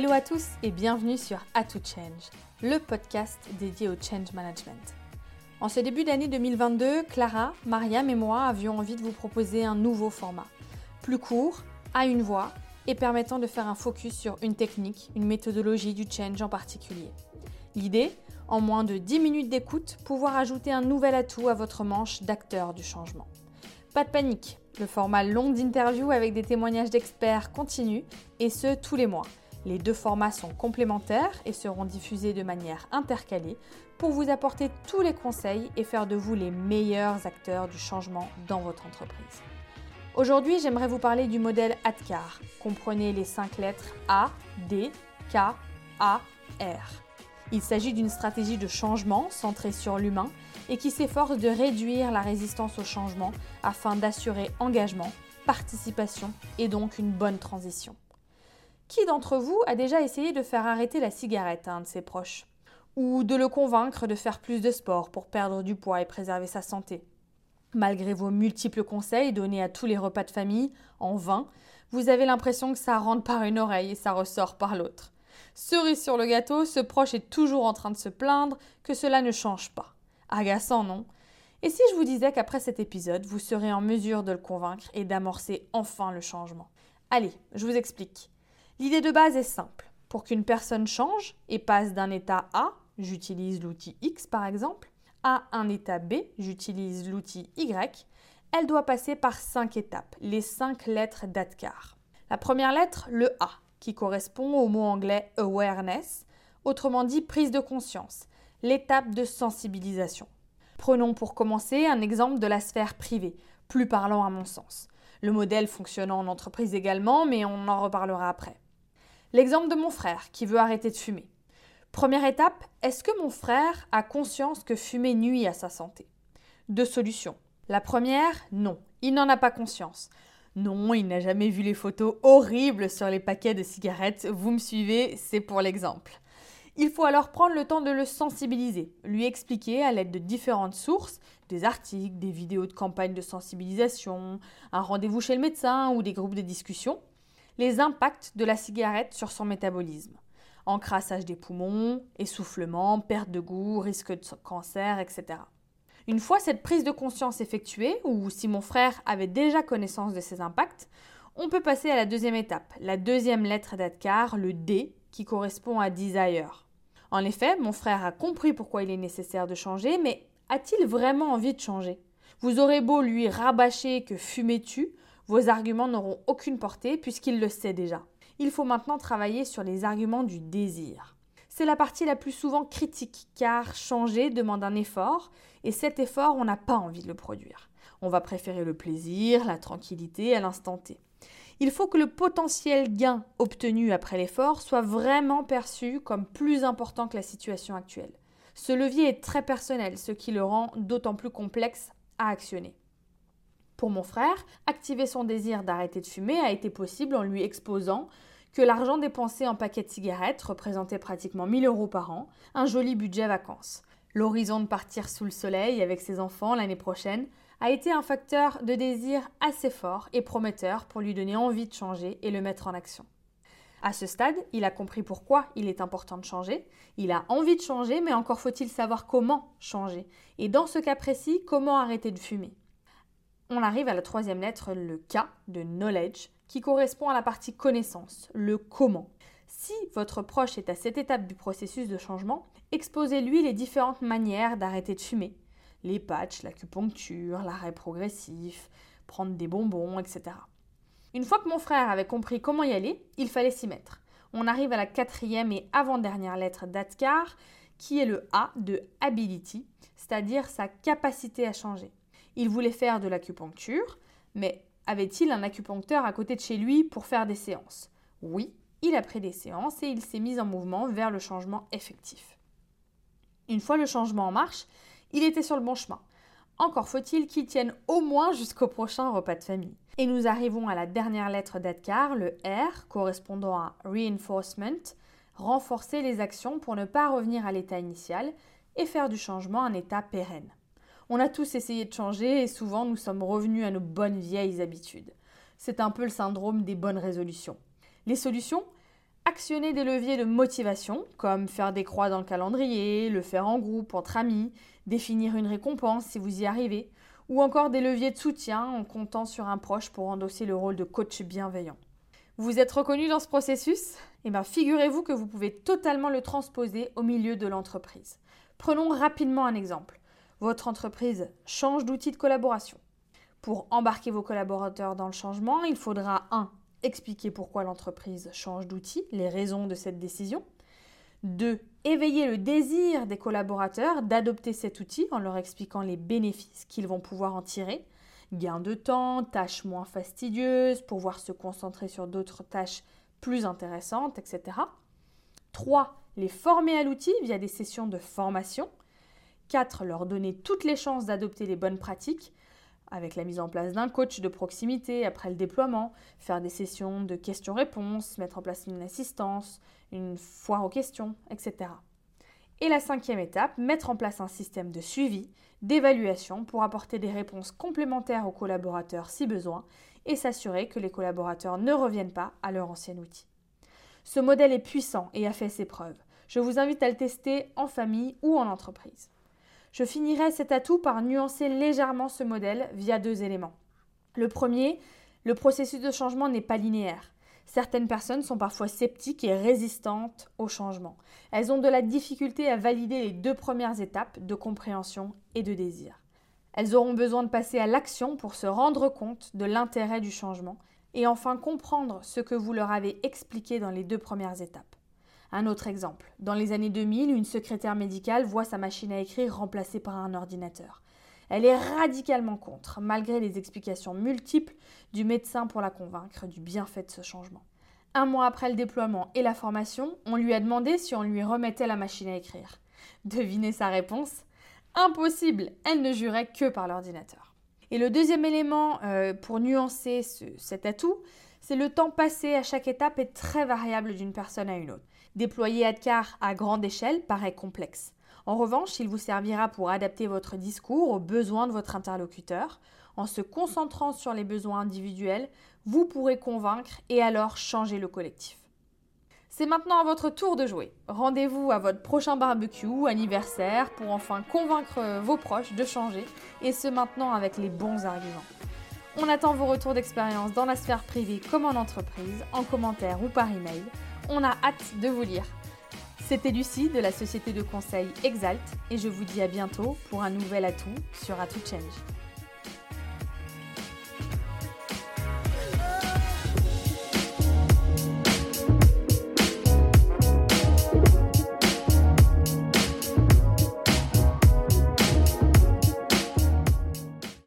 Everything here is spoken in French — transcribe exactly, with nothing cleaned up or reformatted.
Hello à tous et bienvenue sur A to Change, le podcast dédié au change management. En ce début d'année deux mille vingt-deux, Clara, Mariam et moi avions envie de vous proposer un nouveau format, plus court, à une voix et permettant de faire un focus sur une technique, une méthodologie du change en particulier. L'idée, en moins de dix minutes d'écoute, pouvoir ajouter un nouvel atout à votre manche d'acteurs du changement. Pas de panique, le format long d'interview avec des témoignages d'experts continue et ce tous les mois. Les deux formats sont complémentaires et seront diffusés de manière intercalée pour vous apporter tous les conseils et faire de vous les meilleurs acteurs du changement dans votre entreprise. Aujourd'hui, j'aimerais vous parler du modèle A D K A R. Comprenez les cinq lettres A, D, K, A, R. Il s'agit d'une stratégie de changement centrée sur l'humain et qui s'efforce de réduire la résistance au changement afin d'assurer engagement, participation et donc une bonne transition. Qui d'entre vous a déjà essayé de faire arrêter la cigarette à un de ses proches ? Ou de le convaincre de faire plus de sport pour perdre du poids et préserver sa santé ? Malgré vos multiples conseils donnés à tous les repas de famille, en vain, vous avez l'impression que ça rentre par une oreille et ça ressort par l'autre. Cerise sur le gâteau, ce proche est toujours en train de se plaindre que cela ne change pas. Agaçant, non ? Et si je vous disais qu'après cet épisode, vous serez en mesure de le convaincre et d'amorcer enfin le changement ? Allez, je vous explique. L'idée de base est simple. Pour qu'une personne change et passe d'un état A, j'utilise l'outil X par exemple, à un état B, j'utilise l'outil Y, elle doit passer par cinq étapes, les cinq lettres d'A D K A R. La première lettre, le A, qui correspond au mot anglais awareness, autrement dit prise de conscience, l'étape de sensibilisation. Prenons pour commencer un exemple de la sphère privée, plus parlant à mon sens. Le modèle fonctionne en entreprise également, mais on en reparlera après. L'exemple de mon frère qui veut arrêter de fumer. Première étape, est-ce que mon frère a conscience que fumer nuit à sa santé ? Deux solutions. La première, non, il n'en a pas conscience. Non, il n'a jamais vu les photos horribles sur les paquets de cigarettes, vous me suivez, c'est pour l'exemple. Il faut alors prendre le temps de le sensibiliser, lui expliquer à l'aide de différentes sources, des articles, des vidéos de campagne de sensibilisation, un rendez-vous chez le médecin ou des groupes de discussion, les impacts de la cigarette sur son métabolisme. Encrassage des poumons, essoufflement, perte de goût, risque de cancer, et cetera. Une fois cette prise de conscience effectuée, ou si mon frère avait déjà connaissance de ces impacts, on peut passer à la deuxième étape, la deuxième lettre d'A D K A R, le D, qui correspond à Desire. En effet, mon frère a compris pourquoi il est nécessaire de changer, mais a-t-il vraiment envie de changer ? Vous aurez beau lui rabâcher que fumer tue, vos arguments n'auront aucune portée puisqu'il le sait déjà. Il faut maintenant travailler sur les arguments du désir. C'est la partie la plus souvent critique car changer demande un effort et cet effort, on n'a pas envie de le produire. On va préférer le plaisir, la tranquillité à l'instant T. Il faut que le potentiel gain obtenu après l'effort soit vraiment perçu comme plus important que la situation actuelle. Ce levier est très personnel, ce qui le rend d'autant plus complexe à actionner. Pour mon frère, activer son désir d'arrêter de fumer a été possible en lui exposant que l'argent dépensé en paquets de cigarettes représentait pratiquement mille euros par an, un joli budget vacances. L'horizon de partir sous le soleil avec ses enfants l'année prochaine a été un facteur de désir assez fort et prometteur pour lui donner envie de changer et le mettre en action. À ce stade, il a compris pourquoi il est important de changer, il a envie de changer, mais encore faut-il savoir comment changer. Et dans ce cas précis, comment arrêter de fumer ? On arrive à la troisième lettre, le K de knowledge, qui correspond à la partie connaissance, le comment. Si votre proche est à cette étape du processus de changement, exposez-lui les différentes manières d'arrêter de fumer. Les patchs, l'acupuncture, l'arrêt progressif, prendre des bonbons, et cetera. Une fois que mon frère avait compris comment y aller, il fallait s'y mettre. On arrive à la quatrième et avant-dernière lettre d'A D K A R, qui est le A de ability, c'est-à-dire sa capacité à changer. Il voulait faire de l'acupuncture, mais avait-il un acupuncteur à côté de chez lui pour faire des séances ? Oui, il a pris des séances et il s'est mis en mouvement vers le changement effectif. Une fois le changement en marche, il était sur le bon chemin. Encore faut-il qu'il tienne au moins jusqu'au prochain repas de famille. Et nous arrivons à la dernière lettre d'A D K A R, le R, correspondant à Reinforcement, renforcer les actions pour ne pas revenir à l'état initial et faire du changement un état pérenne. On a tous essayé de changer et souvent nous sommes revenus à nos bonnes vieilles habitudes. C'est un peu le syndrome des bonnes résolutions. Les solutions ? Actionnez des leviers de motivation, comme faire des croix dans le calendrier, le faire en groupe, entre amis, définir une récompense si vous y arrivez, ou encore des leviers de soutien en comptant sur un proche pour endosser le rôle de coach bienveillant. Vous êtes reconnu dans ce processus ? Eh bien, figurez-vous que vous pouvez totalement le transposer au milieu de l'entreprise. Prenons rapidement un exemple. Votre entreprise change d'outil de collaboration. Pour embarquer vos collaborateurs dans le changement, il faudra un Expliquer pourquoi l'entreprise change d'outil, les raisons de cette décision. deux Éveiller le désir des collaborateurs d'adopter cet outil en leur expliquant les bénéfices qu'ils vont pouvoir en tirer. Gain de temps, tâches moins fastidieuses, pouvoir se concentrer sur d'autres tâches plus intéressantes, et cetera. trois Les former à l'outil via des sessions de formation. quatre Leur donner toutes les chances d'adopter les bonnes pratiques, avec la mise en place d'un coach de proximité après le déploiement, faire des sessions de questions-réponses, mettre en place une assistance, une foire aux questions, et cetera. Et la cinquième étape, mettre en place un système de suivi, d'évaluation pour apporter des réponses complémentaires aux collaborateurs si besoin et s'assurer que les collaborateurs ne reviennent pas à leur ancien outil. Ce modèle est puissant et a fait ses preuves. Je vous invite à le tester en famille ou en entreprise. Je finirai cet atout par nuancer légèrement ce modèle via deux éléments. Le premier, le processus de changement n'est pas linéaire. Certaines personnes sont parfois sceptiques et résistantes au changement. Elles ont de la difficulté à valider les deux premières étapes de compréhension et de désir. Elles auront besoin de passer à l'action pour se rendre compte de l'intérêt du changement et enfin comprendre ce que vous leur avez expliqué dans les deux premières étapes. Un autre exemple. Dans les années deux mille, une secrétaire médicale voit sa machine à écrire remplacée par un ordinateur. Elle est radicalement contre, malgré les explications multiples du médecin pour la convaincre du bienfait de ce changement. Un mois après le déploiement et la formation, on lui a demandé si on lui remettait la machine à écrire. Devinez sa réponse ? Impossible, elle ne jurait que par l'ordinateur. Et le deuxième élément euh, pour nuancer ce, cet atout, c'est le temps passé à chaque étape est très variable d'une personne à une autre. Déployer Adcar à grande échelle paraît complexe. En revanche, il vous servira pour adapter votre discours aux besoins de votre interlocuteur. En se concentrant sur les besoins individuels, vous pourrez convaincre et alors changer le collectif. C'est maintenant à votre tour de jouer. Rendez-vous à votre prochain barbecue ou anniversaire pour enfin convaincre vos proches de changer et ce maintenant avec les bons arguments. On attend vos retours d'expérience dans la sphère privée comme en entreprise, en commentaire ou par email. On a hâte de vous lire. C'était Lucie de la société de conseil Exalt et je vous dis à bientôt pour un nouvel atout sur Atout Change.